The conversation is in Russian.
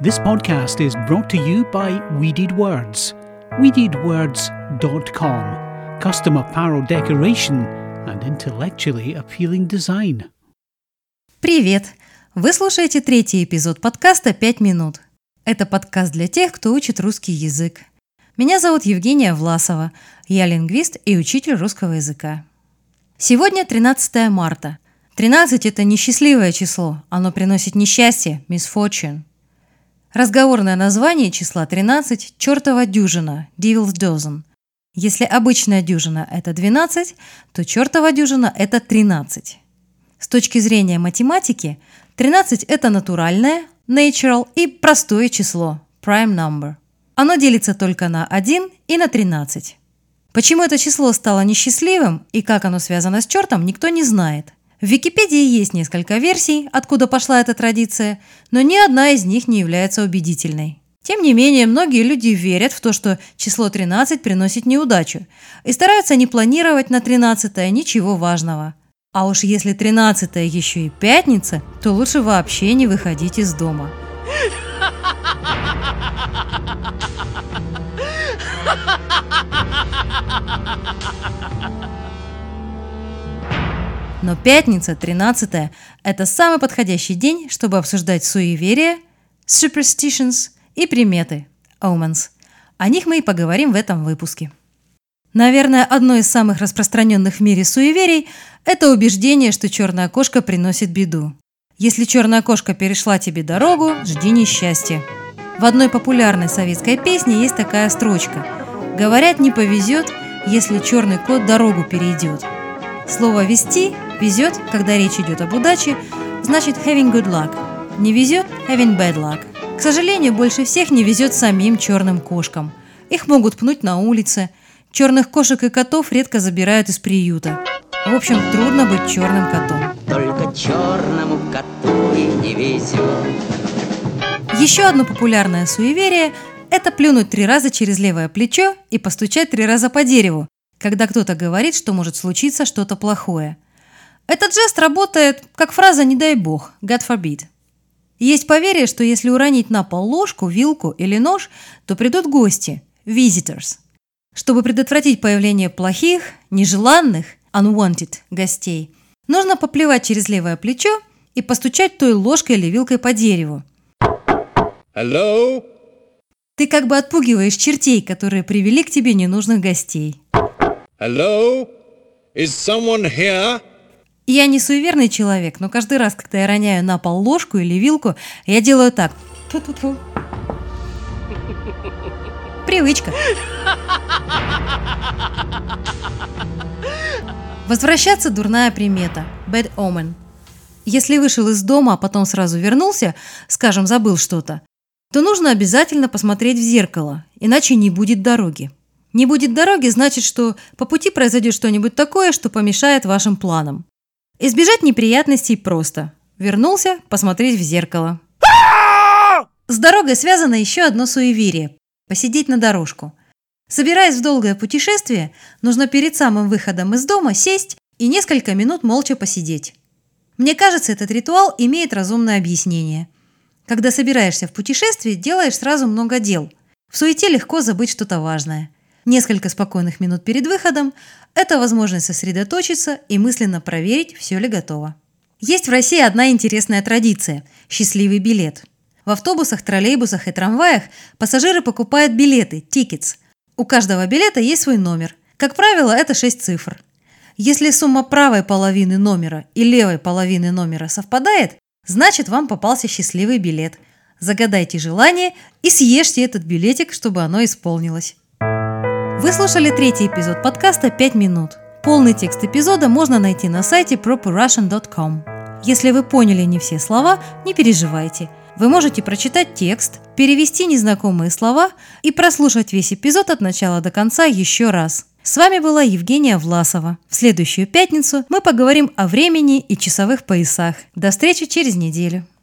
This podcast is brought to you by Weeded Words. weededwords.com. Custom apparel decoration and intellectually appealing design. Привет! Вы слушаете третий эпизод подкаста «5 минут». Это подкаст для тех, кто учит русский язык. Меня зовут Евгения Власова. Я лингвист и учитель русского языка. Сегодня 13 марта. 13 – это несчастливое число. Оно приносит несчастье, misfortune. Разговорное название числа 13 – чертова дюжина, devil's dozen. Если обычная дюжина – это 12, то чертова дюжина – это 13. С точки зрения математики, 13 – это натуральное, natural и простое число, prime number. Оно делится только на 1 и на 13. Почему это число стало несчастливым и как оно связано с чертом, никто не знает. В Википедии есть несколько версий, откуда пошла эта традиция, но ни одна из них не является убедительной. Тем не менее, многие люди верят в то, что число 13 приносит неудачу, и стараются не планировать на 13-е ничего важного. А уж если 13-е еще и пятница, то лучше вообще не выходить из дома. Но пятница, 13-е, это самый подходящий день, чтобы обсуждать суеверия, superstitions и приметы, omens. О них мы и поговорим в этом выпуске. Наверное, одно из самых распространенных в мире суеверий – это убеждение, что черная кошка приносит беду. Если черная кошка перешла тебе дорогу, жди несчастья. В одной популярной советской песне есть такая строчка: «Говорят, не повезет, если черный кот дорогу перейдет». Слово «везти» – везет, когда речь идет об удаче, значит having good luck. Не везет – having bad luck. К сожалению, больше всех не везет самим черным кошкам. Их могут пнуть на улице. Черных кошек и котов редко забирают из приюта. В общем, трудно быть черным котом. Только черному коту и не везет. Еще одно популярное суеверие – это плюнуть 3 раза через левое плечо и постучать 3 раза по дереву, когда кто-то говорит, что может случиться что-то плохое. Этот жест работает как фраза «не дай бог» – God forbid. Есть поверье, что если уронить на пол ложку, вилку или нож, то придут гости – visitors. Чтобы предотвратить появление плохих, нежеланных – unwanted – гостей, нужно поплевать через левое плечо и постучать той ложкой или вилкой по дереву. Hello? Ты как бы отпугиваешь чертей, которые привели к тебе ненужных гостей. Hello? Is someone here? Я не суеверный человек, но каждый раз, когда я роняю на пол ложку или вилку, я делаю так. Ту-ту-ту. Привычка. Возвращаться – дурная примета. Bad omen. Если вышел из дома, а потом сразу вернулся, скажем, забыл что-то, то нужно обязательно посмотреть в зеркало, иначе не будет дороги. Не будет дороги значит, что по пути произойдет что-нибудь такое, что помешает вашим планам. Избежать неприятностей просто. Вернулся – посмотреть в зеркало. С дорогой связано еще одно суеверие – посидеть на дорожку. Собираясь в долгое путешествие, нужно перед самым выходом из дома сесть и несколько минут молча посидеть. Мне кажется, этот ритуал имеет разумное объяснение. Когда собираешься в путешествие, делаешь сразу много дел. В суете легко забыть что-то важное. Несколько спокойных минут перед выходом – это возможность сосредоточиться и мысленно проверить, все ли готово. Есть в России одна интересная традиция – счастливый билет. В автобусах, троллейбусах и трамваях пассажиры покупают билеты – tickets. У каждого билета есть свой номер. Как правило, это 6 цифр. Если сумма правой половины номера и левой половины номера совпадает, значит, вам попался счастливый билет. Загадайте желание и съешьте этот билетик, чтобы оно исполнилось. Вы слушали третий эпизод подкаста «5 минут». Полный текст эпизода можно найти на сайте properrussian.com. Если вы поняли не все слова, не переживайте. Вы можете прочитать текст, перевести незнакомые слова и прослушать весь эпизод от начала до конца еще раз. С вами была Евгения Власова. В следующую пятницу мы поговорим о времени и часовых поясах. До встречи через неделю.